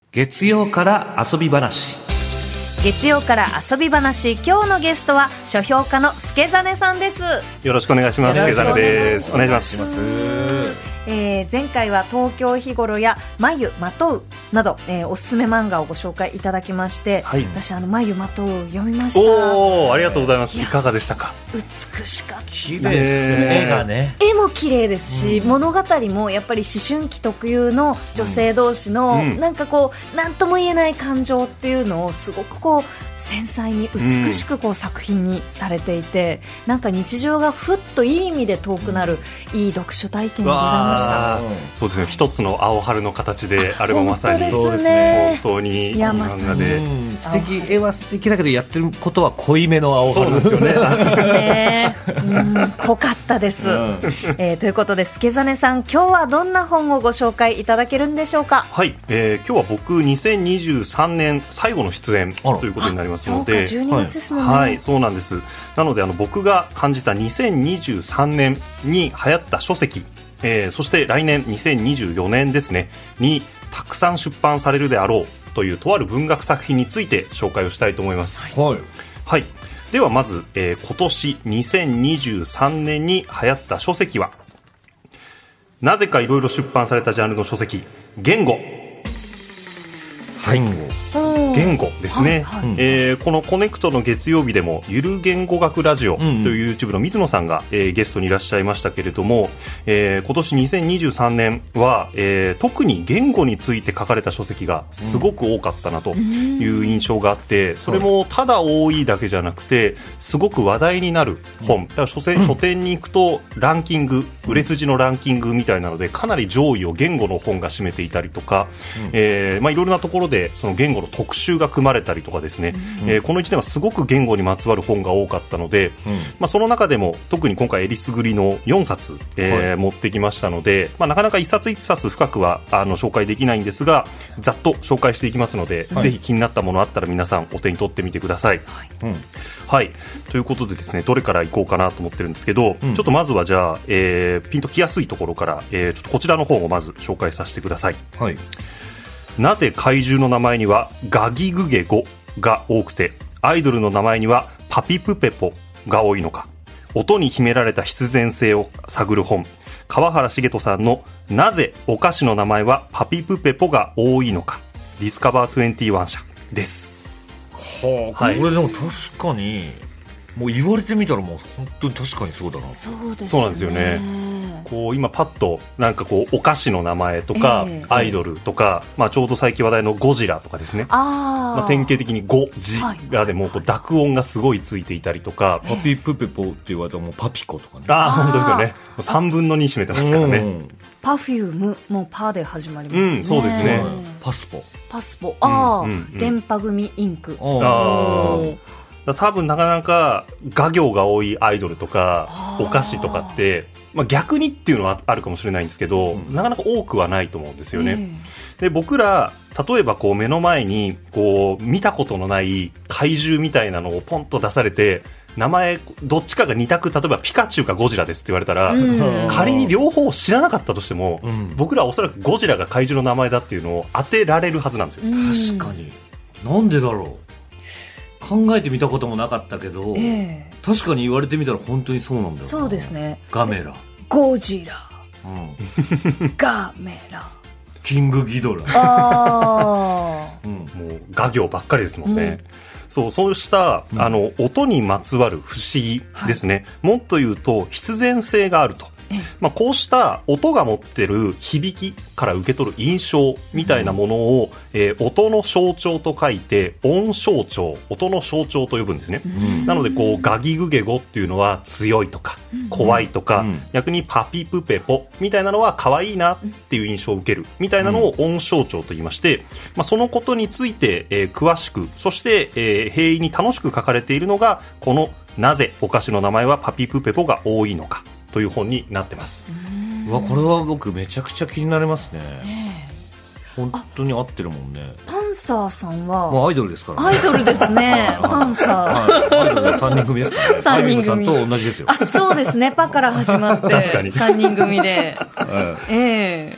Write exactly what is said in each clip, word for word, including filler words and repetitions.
月曜から遊び話。 月曜から遊び話、今日のゲストは書評家の助真さんです。 よろしくお願いします。助真です。お願いします。 えー、前回は東京日頃や眉まとうなど、えー、おすすめ漫画をご紹介いただきまして、はい、私あの眉まとう読みました。 おー、ありがとうございます。いかがでしたか？ 美しかった。 綺麗ですね。絵がね、 絵も綺麗ですし、うん、物語もやっぱり思春期特有の女性同士の、うん、なんかこう何とも言えない感情っていうのをすごくこう繊細に美しくこう作品にされていて、うん、なんか日常がふっといい意味で遠くなる、うん、いい読書体験でございました。 そうですね、一つの青春の形であれもまさに本当ですね、 本当に漫画で、うん、 素敵、絵は素敵だけどやってることは濃いめの青春ですよね。 そうですね、うん、濃かったです、うん、えー、ということで助真さん、今日はどんな本をご紹介いただけるんでしょうか？ はい、えー、今日は僕にせんにじゅうさんねん最後の出演ということになりますので、 そうかじゅうにがつですもんね。 はい、はい、そうなんです。なのであの僕が感じたにせんにじゅうさんねんに流行った書籍、えー、そして来年にせんにじゅうよねんですねにたくさん出版されるであろうというとある文学作品について紹介をしたいと思います。 はい、 はい、ではまず、えー、今年にせんにじゅうさんねんに流行った書籍は、なぜかいろいろ出版されたジャンルの書籍、言語。 はい、 言語ですね、はいはい、えー、このコネクトの月曜日でもゆる言語学ラジオという YouTube の水野さんが、えー、ゲストにいらっしゃいましたけれども、えー、今年にせんにじゅうさんねんは、えー、特に言語について書かれた書籍がすごく多かったなという印象があって、それもただ多いだけじゃなくてすごく話題になる本だから、書店、書店に行くとランキング、売れ筋のランキングみたいなのでかなり上位を言語の本が占めていたりとか、えーまあ、いろいろなところでその言語の特集が組まれたりとかですね、うん、えー、このいちねんはすごく言語にまつわる本が多かったので、うん、まあ、その中でも特に今回えりすぐりのよんさつ、えーはい、持ってきましたので、まあ、なかなかいっさついっさつ深くはあの紹介できないんですが、ざっと紹介していきますので、はい、ぜひ気になったものあったら皆さんお手に取ってみてください。はい、うん、はい、ということでですね、どれからいこうかなと思ってるんですけど、うん、ちょっとまずはじゃあ、えー、ピンときやすいところから、えー、ちょっとこちらの本をまず紹介させてください。はい、なぜ怪獣の名前にはガギグゲゴが多くてアイドルの名前にはパピプペポが多いのか、音に秘められた必然性を探る本、川原茂人さんのなぜお菓子の名前はパピプペポが多いのか、ディスカバーにじゅういち社です。 はあ、はい、これでも確かにもう言われてみたらもう本当に確かにそうだな。 そうですね。 そうなんですよね。こう今パッとなんかこうお菓子の名前とか、えー、アイドルとか、まあ、ちょうど最近話題のゴジラとかですね、あ、まあ、典型的にゴジラでもこう濁音がすごいついていたりとか、 パピプペポって言われたらもうパピコとかね、 あ、本当ですよね。さんぶんのに占めてますからね、うん、 パフュームもパで始まりますね、 うん、そうですね、 パスポパスポ、あ、うんうんうん、電波組インク、 あ、多分なかなか画行が多いアイドルとかお菓子とかって、まあ、逆にっていうのはあるかもしれないんですけど、うん、なかなか多くはないと思うんですよね、えー、で僕ら例えばこう目の前にこう見たことのない怪獣みたいなのをポンと出されて、名前どっちかがに択、例えばピカチュウかゴジラですって言われたら、うん、仮に両方知らなかったとしても、うん、僕らはおそらくゴジラが怪獣の名前だっていうのを当てられるはずなんですよ、うん、 確かに。なんでだろう、考えてみたこともなかったけど、えー、確かに言われてみたら本当にそうなんだよな。 そうですね。 ガメラ、 ゴジラ、うん、ガメラ、 キングギドラ、 あ、 うん、もう画行ばっかりですもんね、うん、そうそうした、うん、あの音にまつわる不思議ですね、はい、もっと言うと必然性があると、まあ、こうした音が持ってる響きから受け取る印象みたいなものを、うん、えー、音の象徴と書いて音象徴、音の象徴と呼ぶんですね、うん、なのでこうガギグゲゴっていうのは強いとか、うん、怖いとか、うん、逆にパピプペポみたいなのは可愛いなっていう印象を受けるみたいなのを音象徴と言いまして、まあ、そのことについて、えー、詳しく、そして、えー、平易に楽しく書かれているのがこのなぜお菓子の名前はパピプペポが多いのかという本になってます。 うわ、これは僕めちゃくちゃ気になりますね。ね、本当に合ってるもんね。 パンサーさんはもうアイドルですからね。 アイドルですねパンサー、 はい、アイドルのさんにん組ですからね。さんにん組さんと同じですよ。 あ、そうですね、パから始まって確かにさんにん組で、ええー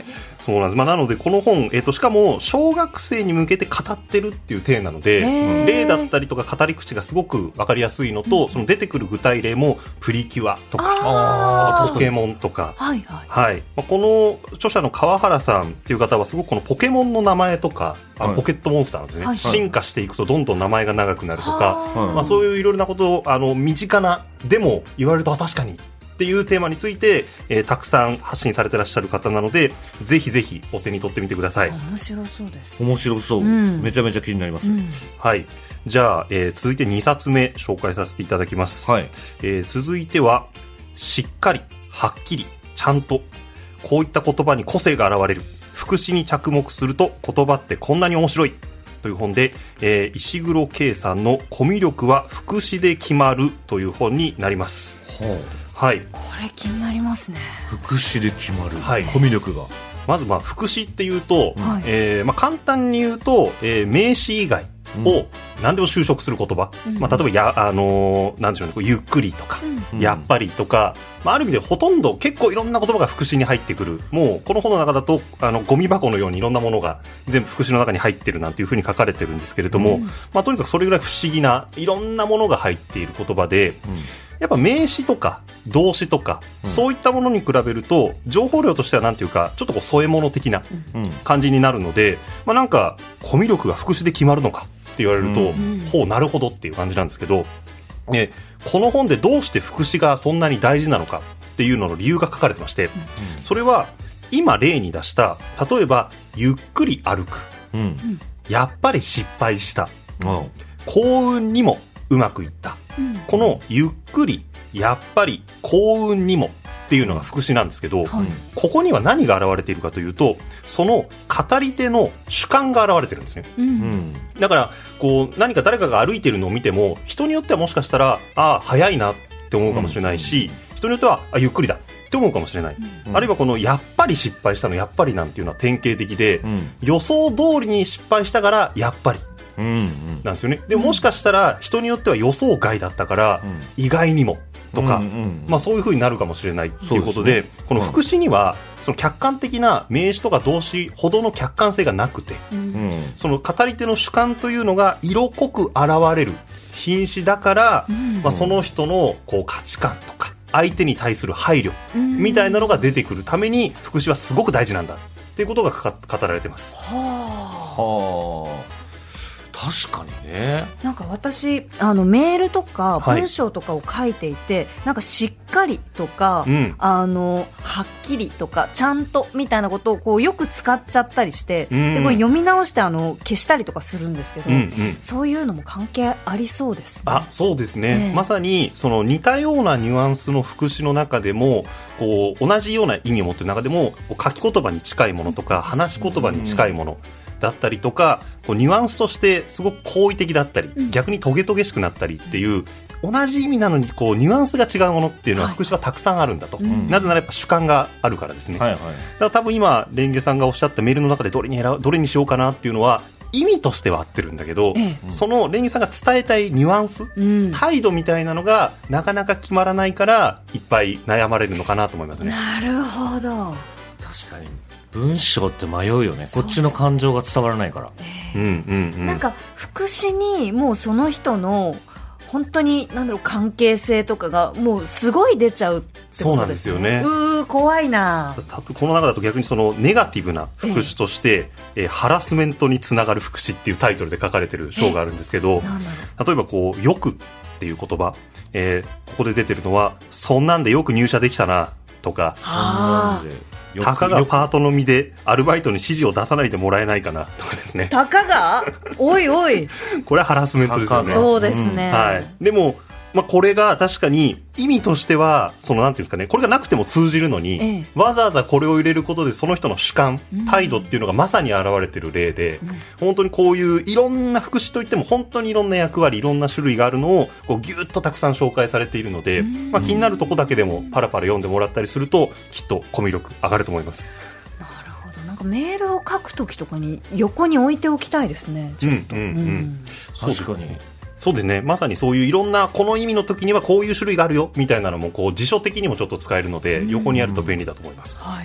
そうなんです、まあ、なのでこの本、えー、としかも小学生に向けて語ってるっていう体なので、例だったりとか語り口がすごく分かりやすいのと、うん、その出てくる具体例もプリキュアとかポケモンとか、はいはいはいまあ、この著者の川原さんっていう方はすごくこのポケモンの名前とか、あのポケットモンスターなんですね、はい、進化していくとどんどん名前が長くなるとか、はいまあ、そういういろいろなことをあの身近なでも言われると確かにっていうテーマについて、えー、たくさん発信されてらっしゃる方なので、ぜひぜひお手に取ってみてください。 面白そうです。 面白そう、うん、めちゃめちゃ気になります、うん、 はい。じゃあ、えー、続いてにさつめ紹介させていただきます、はいえー、続いてはしっかりはっきりちゃんとこういった言葉に個性が現れる副詞に着目すると言葉ってこんなに面白いという本で、えー、石黒圭さんのコミュ力は副詞で決まるという本になります。ほうはい、 これ気になりますね。 副詞で決まる、はい、コミュ力がまずまあ副詞っていうと、はいえーまあ、簡単に言うと、えー、名詞以外を何でも修飾する言葉、うんまあ、例えばや、あのー、なんでしょうね、ゆっくりとか、うん、やっぱりとか、まあ、ある意味でほとんど結構いろんな言葉が副詞に入ってくる。もうこの本の中だとあのゴミ箱のようにいろんなものが全部副詞の中に入ってるなんていうふうに書かれてるんですけれども、うんまあ、とにかくそれぐらい不思議ないろんなものが入っている言葉で、うんやっぱ名詞とか動詞とか、うん、そういったものに比べると情報量としてはなんていうかちょっとこう添え物的な感じになるので、まあ、なんかコミュ力が副詞で決まるのかって言われると、うん、ほうなるほどっていう感じなんですけど、ね、この本でどうして副詞がそんなに大事なのかっていうのの理由が書かれてまして、うん、それは今例に出した例えばゆっくり歩く、うん、やっぱり失敗した、うん、幸運にもうまくいった、うん、このゆっくりやっぱり幸運にもっていうのが副詞なんですけど、はい、ここには何が現れているかというとその語り手の主観が現れてるんですね、うん、だからこう何か誰かが歩いてるのを見ても人によってはもしかしたらあ早いなって思うかもしれないし、うん、人によってはあゆっくりだって思うかもしれない、うん、あるいはこのやっぱり失敗したのやっぱりなんていうのは典型的で、うん、予想通りに失敗したからやっぱりうんうん、なんですよね。でももしかしたら人によっては予想外だったから、うん、意外にもとか、うんうんまあ、そういう風になるかもしれないということ で, で、ね、この副詞にはその客観的な名詞とか動詞ほどの客観性がなくて、うん、その語り手の主観というのが色濃く現れる品詞だから、うんまあ、その人のこう価値観とか相手に対する配慮みたいなのが出てくるために副詞はすごく大事なんだっていうことが語られてます。はあはあ確かにね。 なんか私あのメールとか文章とかを書いていて、はい、なんかしっかりとか、うん、あのはっきりとかちゃんとみたいなことをこうよく使っちゃったりして、うん、でこれ読み直してあの消したりとかするんですけど、うんうん、そういうのも関係ありそうですね。 あそうですね、えー、まさにその似たようなニュアンスの副詞の中でもこう同じような意味を持っている中でも書き言葉に近いものとか話し言葉に近いもの、うんだったりとかこうニュアンスとしてすごく好意的だったり、うん、逆にトゲトゲしくなったりっていう同じ意味なのにこうニュアンスが違うものっていうのは副詞はたくさんあるんだと、はい、なぜならやっぱ主観があるからですね、はいはい、だから多分今レンゲさんがおっしゃったメールの中でどれに選どれにしようかなっていうのは意味としては合ってるんだけど、ええ、そのレンゲさんが伝えたいニュアンス、うん、態度みたいなのがなかなか決まらないからいっぱい悩まれるのかなと思いますね。 なるほど。 確かに文章って迷うよね。こっちの感情が伝わらないから、えーうんうんうん、なんか副詞にもうその人の本当に何だろう関係性とかがもうすごい出ちゃうってことですね。 そうなんですよね。 うー怖いな。 この中だと逆にそのネガティブな副詞として、えーえー、ハラスメントにつながる副詞っていうタイトルで書かれてる章があるんですけど、えー、なんだろう例えばこうよくっていう言葉、えー、ここで出てるのはそんなんでよく入社できたなとか、そんなんでたかがパートの身でアルバイトに指示を出さないでもらえないかなとかですね。 たかがおいおいこれはハラスメントですよね。 そうですね、 うんはい、でも、まあ、これが確かに意味としてはそのなんていうんですかね、これがなくても通じるのに、ええ、わざわざこれを入れることでその人の主観、うん、態度っていうのがまさに現れてる例で、うん、本当にこういういろんな副詞といっても本当にいろんな役割いろんな種類があるのをこうギュッとたくさん紹介されているので、うん、まあ、気になるとこだけでもパラパラ読んでもらったりするときっとコミュ力上がると思います。 なるほど。なんかメールを書くときとかに横に置いておきたいですね。ちょっと、うんうんうん、 確かにそうですね。まさにそういういろんなこの意味の時にはこういう種類があるよみたいなのもこう辞書的にもちょっと使えるので、うん、横にあると便利だと思います、 はい、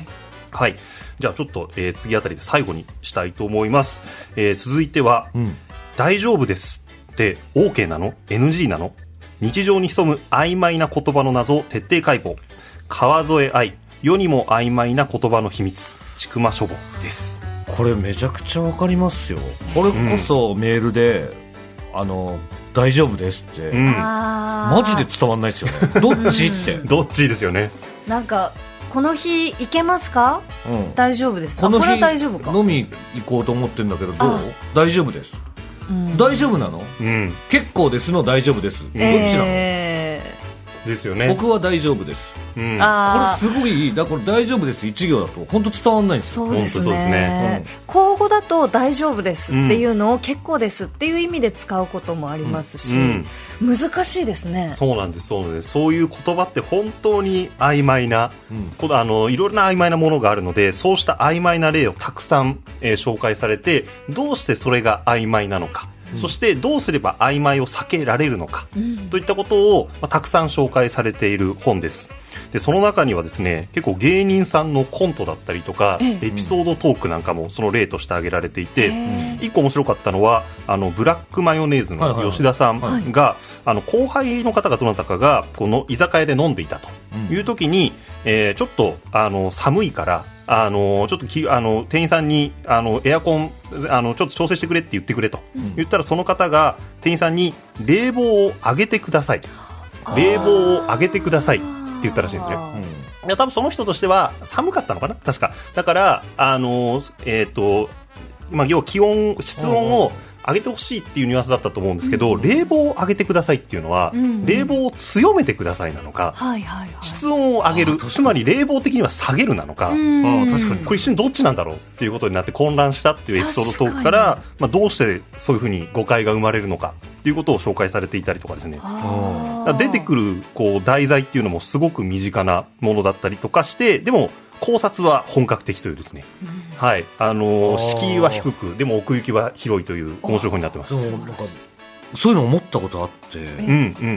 はい、じゃあちょっと、えー、次あたりで最後にしたいと思います、えー、続いては、うん、大丈夫ですって OK なの エヌジー なの、日常に潜む曖昧な言葉の謎を徹底解剖、川添愛、世にも曖昧な言葉の秘密、ちくま書房です。 これめちゃくちゃわかりますよ。これこそメールで、うん、あの大丈夫ですって、うん、マジで伝わんないですよね。どっちってどっちですよね。 なんかこの日行けますか、うん、大丈夫ですか、 この日これは大丈夫か、 飲み行こうと思ってるんだけど、どう、大丈夫です、うん、大丈夫なの、うん、結構ですの大丈夫です、えー、どっちなのですよね。 僕は大丈夫です、うん、あこれすごい、だから大丈夫です一行だと本当伝わらないんですよ。 そうですね、そうですね、うん、口語だと大丈夫ですっていうのを結構ですっていう意味で使うこともありますし、うんうん、難しいですね。 そうなんです、そうなんです。そういう言葉って本当に曖昧な、うん、あのいろいろな曖昧なものがあるので、そうした曖昧な例をたくさん、えー、紹介されて、どうしてそれが曖昧なのか、うん、そしてどうすれば曖昧を避けられるのか、うん、といったことを、まあ、たくさん紹介されている本です。でその中にはですね、結構芸人さんのコントだったりとか、えエピソードトークなんかもその例として挙げられていて、一個面白かったのは、あのブラックマヨネーズの吉田さんが、はいはいはい、あの後輩の方がどなたかがこの居酒屋で飲んでいたという時に、うん、えー、ちょっとあの寒いからあのちょっときあの店員さんにあのエアコンあのちょっと調整してくれって言ってくれと、うん、言ったら、その方が店員さんに冷房を上げてください、冷房を上げてくださいって言ったらしいんですね。うん、いや多分その人としては寒かったのかな、確か。だからあの、えーとまあ、要は気温室温を上げてほしいっていうニュアンスだったと思うんですけど、うん、冷房を上げてくださいっていうのは、うん、冷房を強めてくださいなのか、はいはいはい、室温を上げる、つまり冷房的には下げるなのか、あ確かにこれ一瞬どっちなんだろうっていうことになって混乱したっていうエピソードトークから、まあ、どうしてそういうふうに誤解が生まれるのかっていうことを紹介されていたりとかですね、出てくるこう題材っていうのもすごく身近なものだったりとかして、でも考察は本格的というですね、うん、はい、あのー、敷居は低くでも奥行きは広いという面白い本になってます。 なんかそういうの思ったことあって、うんうん、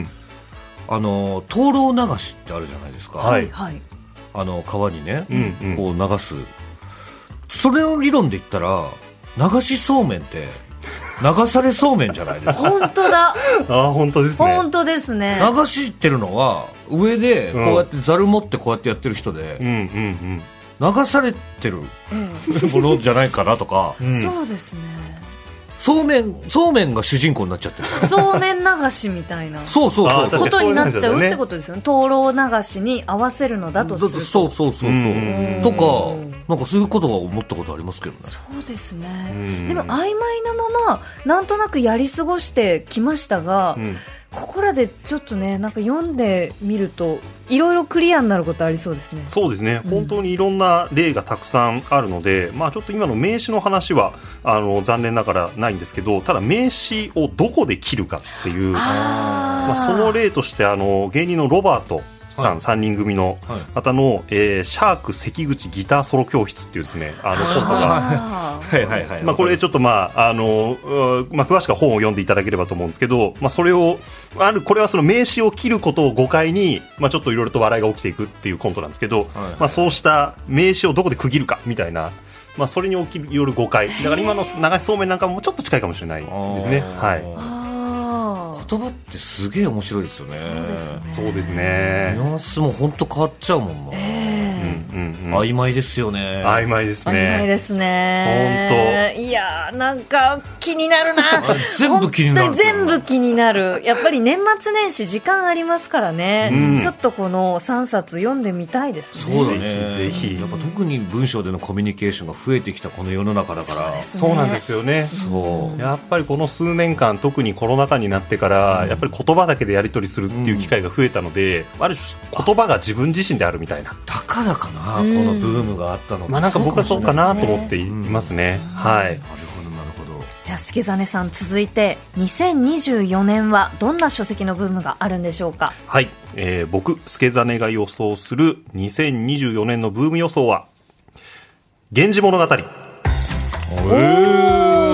あの灯籠流しってあるじゃないですか、はいはい、あの川にね、うんうん、こう流す、それの理論で言ったら流しそうめんって流されそうめんじゃないですか。 本当だ。 あ、本当ですね。 本当ですね。 流してるのは上でこうやってざる持ってこうやってやってる人で、うんうんうん、流されてるものじゃないかなとか、 うん、そうですね。 そうめんそうめんが主人公になっちゃってる。 そうめん流しみたいなそうそうそうことになっちゃうってことですよね。灯籠流しに合わせるのだとすると、 そうそうそうそう、うん、とかなんかそういうことは思ったことありますけどね。 そうですね。でも曖昧なままなんとなくやり過ごしてきましたが、うん、ここらでちょっとね、なんか読んでみるといろいろクリアになることありそうですね。 そうですね、うん、本当にいろんな例がたくさんあるので、まあ、ちょっと今の名詞の話はあの残念ながらないんですけど、ただ名詞をどこで切るかっていう、あ、まあ、その例としてあの芸人のロバートさん、はい、さんにん組の方の、はい、えー、シャーク関口ギターソロ教室っていうですね、あのコントがはいはいはい、まあ、これちょっと、まああのまあ、詳しくは本を読んでいただければと思うんですけど、まあ、それをあるこれはその名詞を切ることを誤解に、まあ、ちょっといろいろと笑いが起きていくっていうコントなんですけど、はいはい、まあ、そうした名詞をどこで区切るかみたいな、まあ、それに起きよる誤解だから今の流しそうめんなんかもちょっと近いかもしれないですね。はい、 言葉ってすげえ面白いですよね。 そうですね。 そうですね。 ニュアンスも本当変わっちゃうもんな、えーうんうんうん、曖昧ですよね。 曖昧ですね。 曖昧ですね。本当。いやー、なんか気になるな。 全部気になる。 全部気になる。やっぱり年末年始時間ありますからね、うん、ちょっとこのさんさつ読んでみたいですね。 そうだね。ぜひやっぱ特に文章でのコミュニケーションが増えてきたこの世の中だから。 そうですね。 そうなんですよね。そう。やっぱりこの数年間、特にコロナ禍になってから、うん、やっぱり言葉だけでやり取りするっていう機会が増えたので、うん、ある種言葉が自分自身であるみたいな。 だからかな、うん、このブームがあったの。 まあ、なんか僕はそうかなと思っていますね。うん、はい。 なるほどなるほど。 じゃあ助真さん、続いてにせんにじゅうよねんはどんな書籍のブームがあるんでしょうか。 はい、えー、僕助真が予想するにせんにじゅうよねんのブーム予想は源氏物語。 おー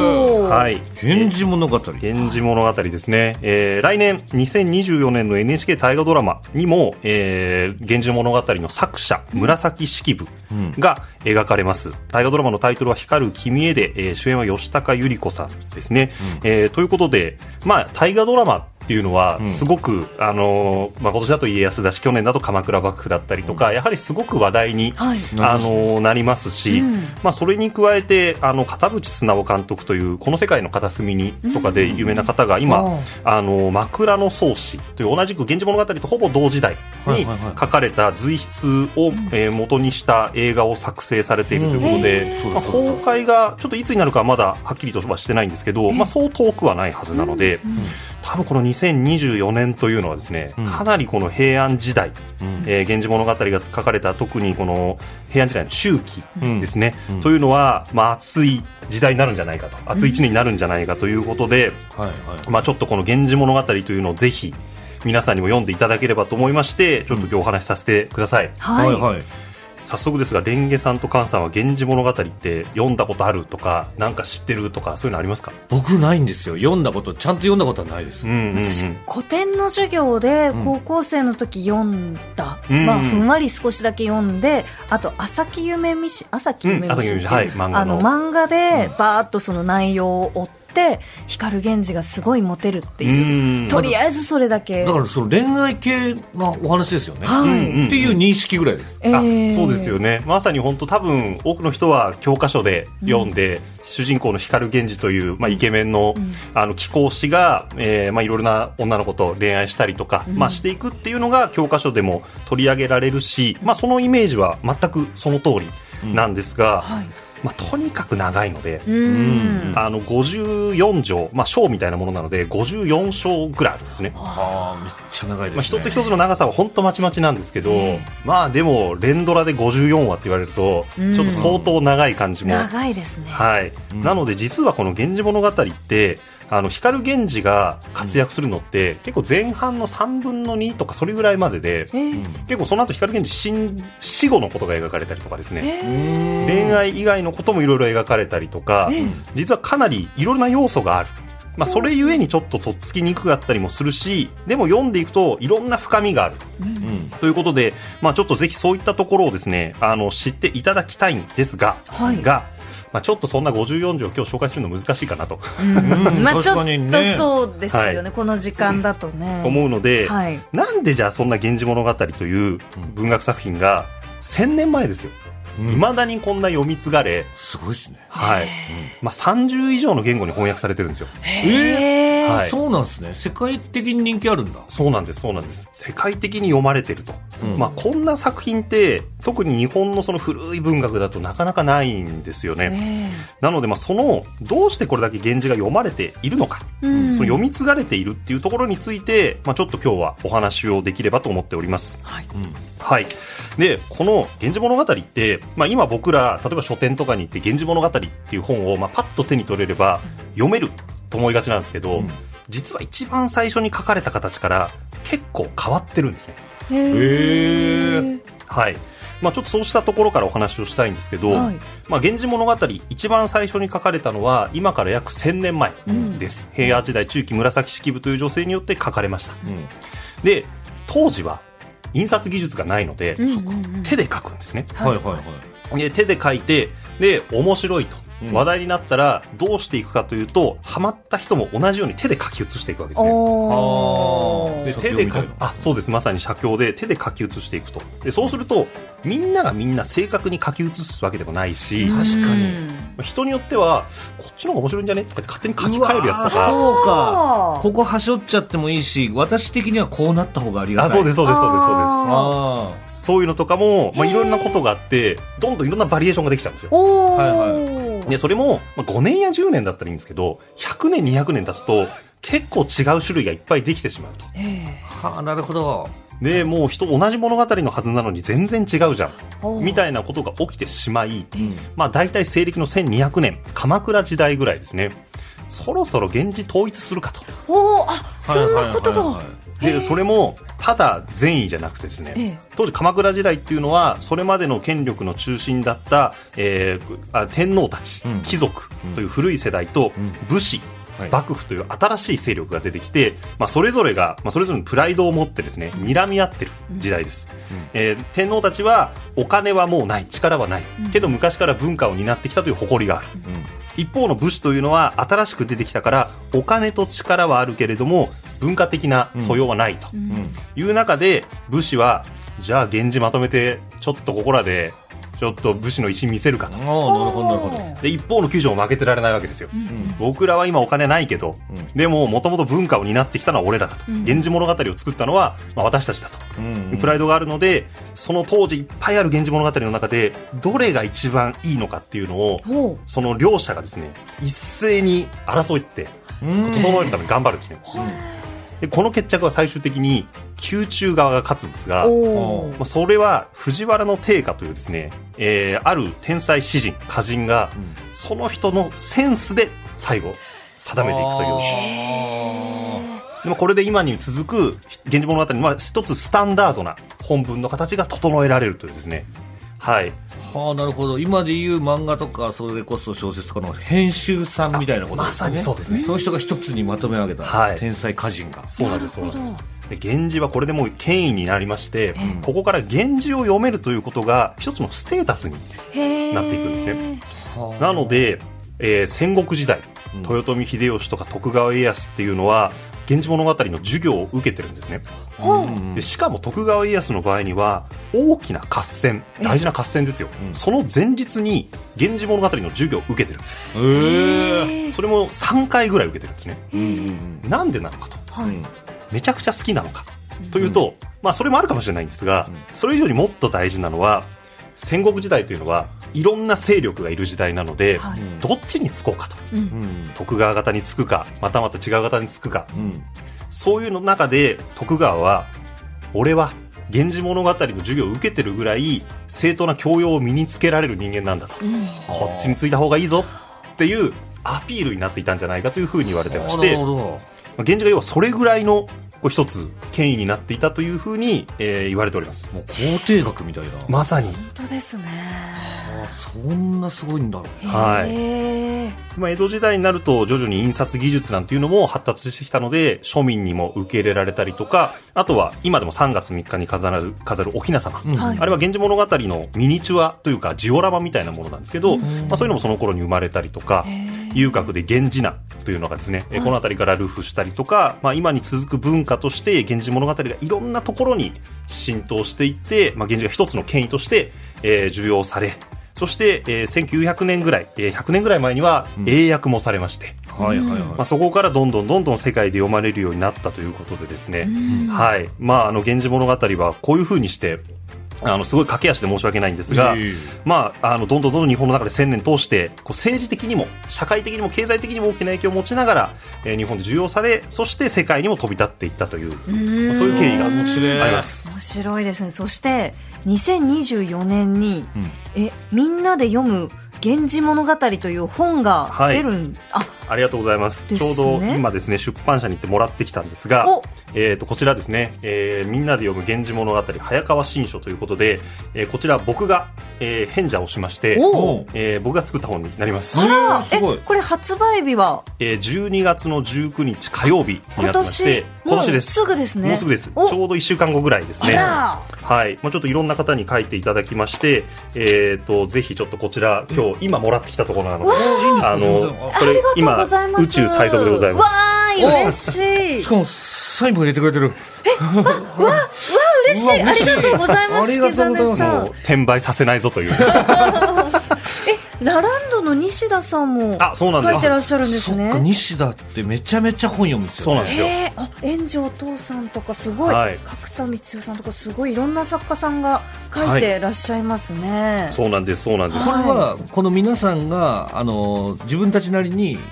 はい、 源氏物語源氏物語ですね、えー、来年にせんにじゅうよねんの エヌエイチケー 大河ドラマにも、えー、源氏物語の作者紫式部が描かれます、うん、大河ドラマのタイトルは光る君へで、えー、主演は吉高由里子さんですね、うん、えー、ということで、まあ、大河ドラマっていうのはすごく、うん、あのまあ、今年だと家康だし去年だと鎌倉幕府だったりとか、うん、やはりすごく話題に、はい、あのなりますし、うん、まあ、それに加えてあの片渕素直監督というこの世界の片隅にとかで有名な方が今、うん、あの枕草子という同じく源氏物語とほぼ同時代に書かれた随筆を、えー、元にした映画を作成されているということで、うん、まあ、公開がちょっといつになるかはまだはっきりとはしてないんですけど、まあ、そう遠くはないはずなので、うんうん、多分このにせんにじゅうよねんというのはですね、うん、かなりこの平安時代、うん、えー、源氏物語が書かれた特にこの平安時代の中期ですね、うん、というのは、まあ、熱い時代になるんじゃないかと、熱い一年になるんじゃないかということで、うん、はいはい、まあ、ちょっとこの源氏物語というのをぜひ皆さんにも読んでいただければと思いまして、ちょっと今日お話しさせてください、うん、はいはい。早速ですが、レンゲさんとカンさんは源氏物語って読んだことあるとか、なんか知ってるとか、そういうのありますか？ 僕ないんですよ。読んだこと、ちゃんと読んだことはないです、うんうんうん、 私古典の授業で高校生の時読んだ、うん、まあ、ふんわり少しだけ読んで、あと朝木夢見し朝木夢見し、うん、はい、漫画のあの漫画でバーッとその内容を追って光源氏がすごいモテるっていう、とりあえずそれだけだからその恋愛系のお話ですよね、はい、っていう認識ぐらいです、 えー、あ、そうですよね。まさに本当多分多くの人は教科書で読んで、うん、主人公の光源氏という、まあ、イケメンの、うん、あの貴公子が、えーまあ、いろいろな女の子と恋愛したりとか、うん、まあ、していくっていうのが教科書でも取り上げられるし、まあ、そのイメージは全くその通りなんですが、うん、はい、まあ、とにかく長いので、うん、あのごじゅうよんじょう、まあ、章みたいなものなのでごじゅうよん章ぐらいあるんですね。 あ、めっちゃ長いですね。 まあ、一つ一つの長さは本当まちまちなんですけど、まあでも連ドラでごじゅうよんわって言われるとちょっと相当長い感じも、 うん、長いですね、 はい、うん、なので実はこの源氏物語ってあの光源氏が活躍するのって、うん、結構前半のさんぶんのにとかそれぐらいまでで、えー、結構その後光源氏 死, 死後のことが描かれたりとかですね、えー、恋愛以外のこともいろいろ描かれたりとか、えー、実はかなりいろいろな要素がある、まあ、それゆえにちょっととっつきにくかったりもするし、でも読んでいくといろんな深みがある、うん、ということで、まあ、ちょっとぜひそういったところをですね、あの知っていただきたいんですが、はい、がまあ、ちょっとそんなごじゅうよん条今日紹介するの難しいかなと、 うん、まあ、ちょっとそうですよね、はい、この時間だとね思うので、はい、なんでじゃあそんな源氏物語という文学作品がせんねんまえですよ、いま、うん、だにこんな読み継がれ、 すごいですね、 はい、うん、まあ、さんじゅういじょうの言語に翻訳されてるんですよ。 へー、はい、そうなんですね。世界的に人気あるんだ。 そうなんです、そうなんです。世界的に読まれてると、うん、まあ、こんな作品って特に日本のその古い文学だとなかなかないんですよね。なので、まあ、そのどうしてこれだけ源氏が読まれているのか、うん、その読み継がれているっていうところについて、まあ、ちょっと今日はお話をできればと思っております。はい、うん、はい、でこの源氏物語って、まあ、今僕ら例えば書店とかに行って源氏物語っていう本を、まあ、パッと手に取れれば読めると思いがちなんですけど、うん、実は一番最初に書かれた形から結構変わってるんですね。へー、はい、まあ、ちょっとそうしたところからお話をしたいんですけど、はい、まあ、源氏物語一番最初に書かれたのは今から約せんねんまえです、うん、平安時代中期紫式部という女性によって書かれました、うん、で当時は印刷技術がないので、うんうんうん、手で書くんですね、はいはいはい、で手で書いて、で面白いと話題になったらどうしていくかというと、ハマった人も同じように手で書き写していくわけですね。で手で書あそうです、まさに写経で手で書き写していくと。でそうするとみんながみんな正確に書き写すわけでもないし、確かに人によってはこっちの方が面白いんじゃねとか勝手に書き換えるやつとか、 そうか、ここ端折っちゃってもいいし、私的にはこうなった方がありがたい。 あ、そうですそうですそうですそうです。あそういうのとかも、まあ、いろんなことがあってどんどんいろんなバリエーションができちゃうんですよ。はいはい、でそれもごねんやじゅうねんだったらいいんですけど、ひゃくねんにひゃくねん経つと結構違う種類がいっぱいできてしまうと。 はあ、なるほど。 でもう人同じ物語のはずなのに全然違うじゃんみたいなことが起きてしまい、うん、まあ、大体西暦のせんにひゃくねん鎌倉時代ぐらいですね、そろそろ源氏統一するかと。 おあ、そんなことが、はいはいはいはい、 でそれもただ善意じゃなくてですね、当時鎌倉時代っていうのはそれまでの権力の中心だった、えー、あ天皇たち、うん、貴族という古い世代と、うん、武士、はい、幕府という新しい勢力が出てきて、まあ、それぞれが、まあ、それぞれのプライドを持ってですね睨み合ってる時代です、うんえー、天皇たちはお金はもうない、力はない、うん、けど昔から文化を担ってきたという誇りがある、うん、一方の武士というのは新しく出てきたからお金と力はあるけれども文化的な素養はないという中で、武士はじゃあ源氏まとめてちょっとここらでちょっと武士の威信見せるかと。 なるほどなるほど。 で一方の宮女も負けてられないわけですよ、うん、僕らは今お金ないけど、うん、でももともと文化を担ってきたのは俺らだと、うん、源氏物語を作ったのは、まあ、私たちだと、うんうん、プライドがあるのでその当時いっぱいある源氏物語の中でどれが一番いいのかっていうのをその両者がですね一斉に争いって整えるために頑張るんですね、うんでこの決着は最終的に宮中側が勝つんですが、まあ、それは藤原定家というですね、えー、ある天才詩人歌人が、うん、その人のセンスで最後定めていくという。でもこれで今に続く源氏物語には一つスタンダードな本文の形が整えられるというですね。はい。 はあ、なるほど。今でいう漫画とかそれこそ小説とかの編集さんみたいなことですね。 まさにそうですね。 その人が一つにまとめ上げた天才歌人が、はい、 そうなんです。そうなんです。で源氏はこれでもう権威になりまして、うん、ここから源氏を読めるということが一つのステータスになっていくんですね。なので、えー、戦国時代、うん、豊臣秀吉とか徳川家康っていうのは源氏物語の授業を受けてるんですね、うん、でしかも徳川家康の場合には大きな合戦、大事な合戦ですよ、うん、その前日に源氏物語の授業を受けてるんですよ、えー、それもさんかいぐらい受けてるんですね、うん、なんでなのかと、はい、めちゃくちゃ好きなのかというと、うんまあ、それもあるかもしれないんですが、うん、それ以上にもっと大事なのは戦国時代というのはいろんな勢力がいる時代なので、はい、どっちにつこうかと、うん、徳川方につくかまたまた違う方につくか、うん、そういうの中で徳川は俺は源氏物語の授業を受けてるぐらい正当な教養を身につけられる人間なんだと、うん、こっちについた方がいいぞっていうアピールになっていたんじゃないかというふうに言われてまして、源氏が要はそれぐらいのこう一つ権威になっていたというふうに、えー、言われております。 もう皇帝学みたいな。 まさに本当ですね。 ああ、そんなすごいんだろう。 はい。まあ、江戸時代になると徐々に印刷技術なんていうのも発達してきたので庶民にも受け入れられたりとか、あとは今でもさんがつみっかに飾る飾るお雛様、うん、あれは源氏物語のミニチュアというかジオラマみたいなものなんですけど、うんまあ、そういうのもその頃に生まれたりとか、遊郭で源氏名というのがですね、はい、この辺りから流布したりとか、まあ、今に続く文化として源氏物語がいろんなところに浸透していって、まあ、源氏が一つの権威として、えー、受容され、そして、えー、せんきゅうひゃくねんぐらい、えー、ひゃくねんぐらい前には英訳もされまして、うんはいはいはいまあ、そこからどんどんどんどん世界で読まれるようになったということでですね、はいまあ、あの源氏物語はこういう風にしてあのすごい駆け足で申し訳ないんですが、えーまあ、あのどんどんどんどん日本の中でせんねん通してこう政治的にも社会的にも経済的にも大きな影響を持ちながら、えー、日本で受容され、そして世界にも飛び立っていったという、まあ、そういう経緯があります。 面白いですね。そしてにせんにじゅうよねんに、うん、えみんなで読む源氏物語という本が出るん、はい、あありがとうございます、ね、ちょうど今ですね出版社に行ってもらってきたんですが、えー、とこちらですね、えー、みんなで読む源氏物語早川新書ということで、えー、こちら僕が、えー、編者をしまして、えー、僕が作った本になります。 あら、えこれ発売日は、 えー、じゅうにがつのじゅうくにち火曜日になってまして、 今年ですすぐですね。 もうすぐです。ちょうどいっしゅうかんごぐらいですね。はい、もうちょっといろんな方に書いていただきまして、えー、とぜひちょっとこちら今日今もらってきたところなので、あのこれ今宇宙最速でございます。 わーい、嬉しい。 しかもサインも入れてくれてる。 えわわわ嬉しい。ありがとうございます。 ありがとうございます。もう転売させないぞという。 えラランドの西田さんも書いてらっしゃるんですね。 そっか、西田ってめちゃめちゃ本読むんですよね。 そうなんですよ。 えー、あ炎上父さんとかすごい、はい、角田光代さんとかすごいいろんな作家さんが書いてらっしゃいますね、 はい、そうなんですそうなんです。 これはこの皆さんがあの自分たちなりに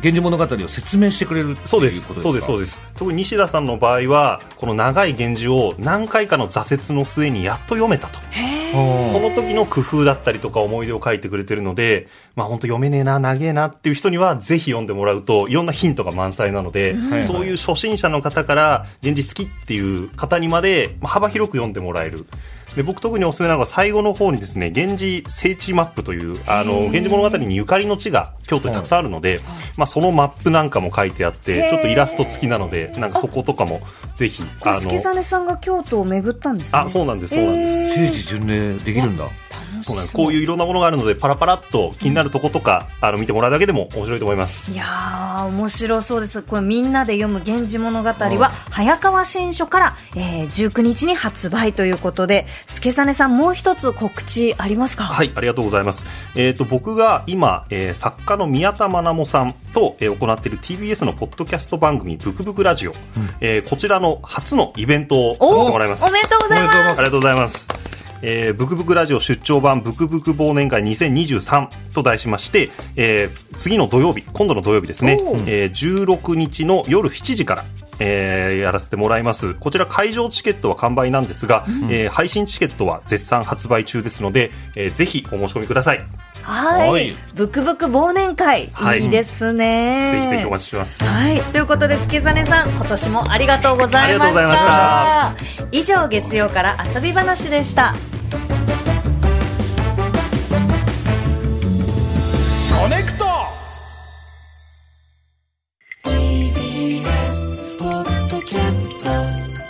源氏物語を説明してくれるっていうことですか？ そうですそうです。特に西田さんの場合はこの長い源氏を何回かの挫折の末にやっと読めたと。その時の工夫だったりとか思い出を書いてくれてるので、まあ本当読めねえな長えなっていう人にはぜひ読んでもらうといろんなヒントが満載なので、うん、そういう初心者の方から源氏好きっていう方にまで幅広く読んでもらえる。で僕特におすすめなのが最後の方にですね、源氏聖地マップというあの源氏物語にゆかりの地が京都にたくさんあるので、まあ、そのマップなんかも書いてあってちょっとイラスト付きなのでなんかそことかもぜひあの助実さんが京都を巡ったんですね。 あ、そうなんですそうなんです聖地巡礼できるんだ。 そうなんです。こういういろんなものがあるのでパラパラっと気になるとことか、うん、あの見てもらうだけでも面白いと思います。 いやー面白そうです。これみんなで読む源氏物語は早川新書から、えー、じゅうくにちに発売ということで、助実さんもう一つ告知ありますか？ はい、ありがとうございます。えーと僕が今、えー、作家の宮田愛もさんと、えー、行っている ティービーエス のポッドキャスト番組ブクブクラジオ、うんえー、こちらの初のイベントをさせてもらいます。 おめでとうございます。 ありがとうございます。えー、ブクブクラジオ出張版ブクブク忘年会にせんにじゅうさんと題しまして、えー、次の土曜日、今度の土曜日ですね、えー、じゅうろくにちの夜しちじから、えー、やらせてもらいます。こちら会場チケットは完売なんですが、うんえー、配信チケットは絶賛発売中ですので、えー、ぜひお申し込みください。 はい、はい、ブクブク忘年会、はい、いいですね。 ぜひぜひお待ちしてます。 はい、ということで助実さん今年もありがとうございました。ありがとうございました。以上月曜から遊び話でした。 コネクト ティービーエス ポッドキャスト ティービー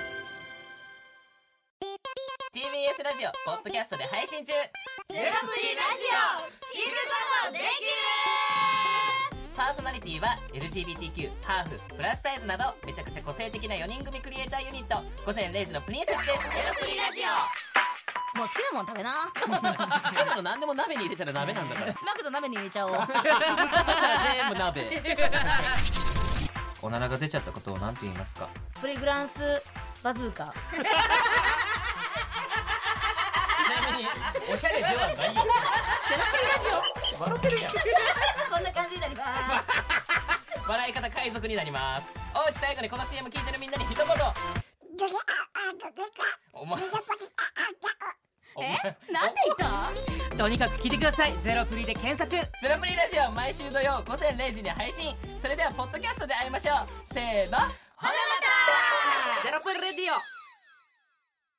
エス ラジオポッドキャストで配信中。ゼロプリラジオ聞くことできる。パーソナリティは エルジービーティーキュー、ハーフ、プラスサイズなどめちゃくちゃ個性的なよにん組クリエイターユニット午前れいじのプリンセスです。ゼロプリラジオもう好きなもん食べな。好きなの何でも鍋に入れたら鍋なんだから。マクド鍋に入れちゃおう。そしたら全部鍋。おならが出ちゃったことを何て言いますか？ プリグランスバズーカ。 ちなみにおしゃれではないよ。ゼロプリラジオ笑ってるやん。こんな感じになります。笑い方海賊になります。おうち最後にこの シーエム 聞いてるみんなに一言。お前え？なんで言った？とにかく聞いてください。ゼロプリで検索。ゼロプリラジオ毎週土曜午前れいじに配信。それではポッドキャストで会いましょう。せーの。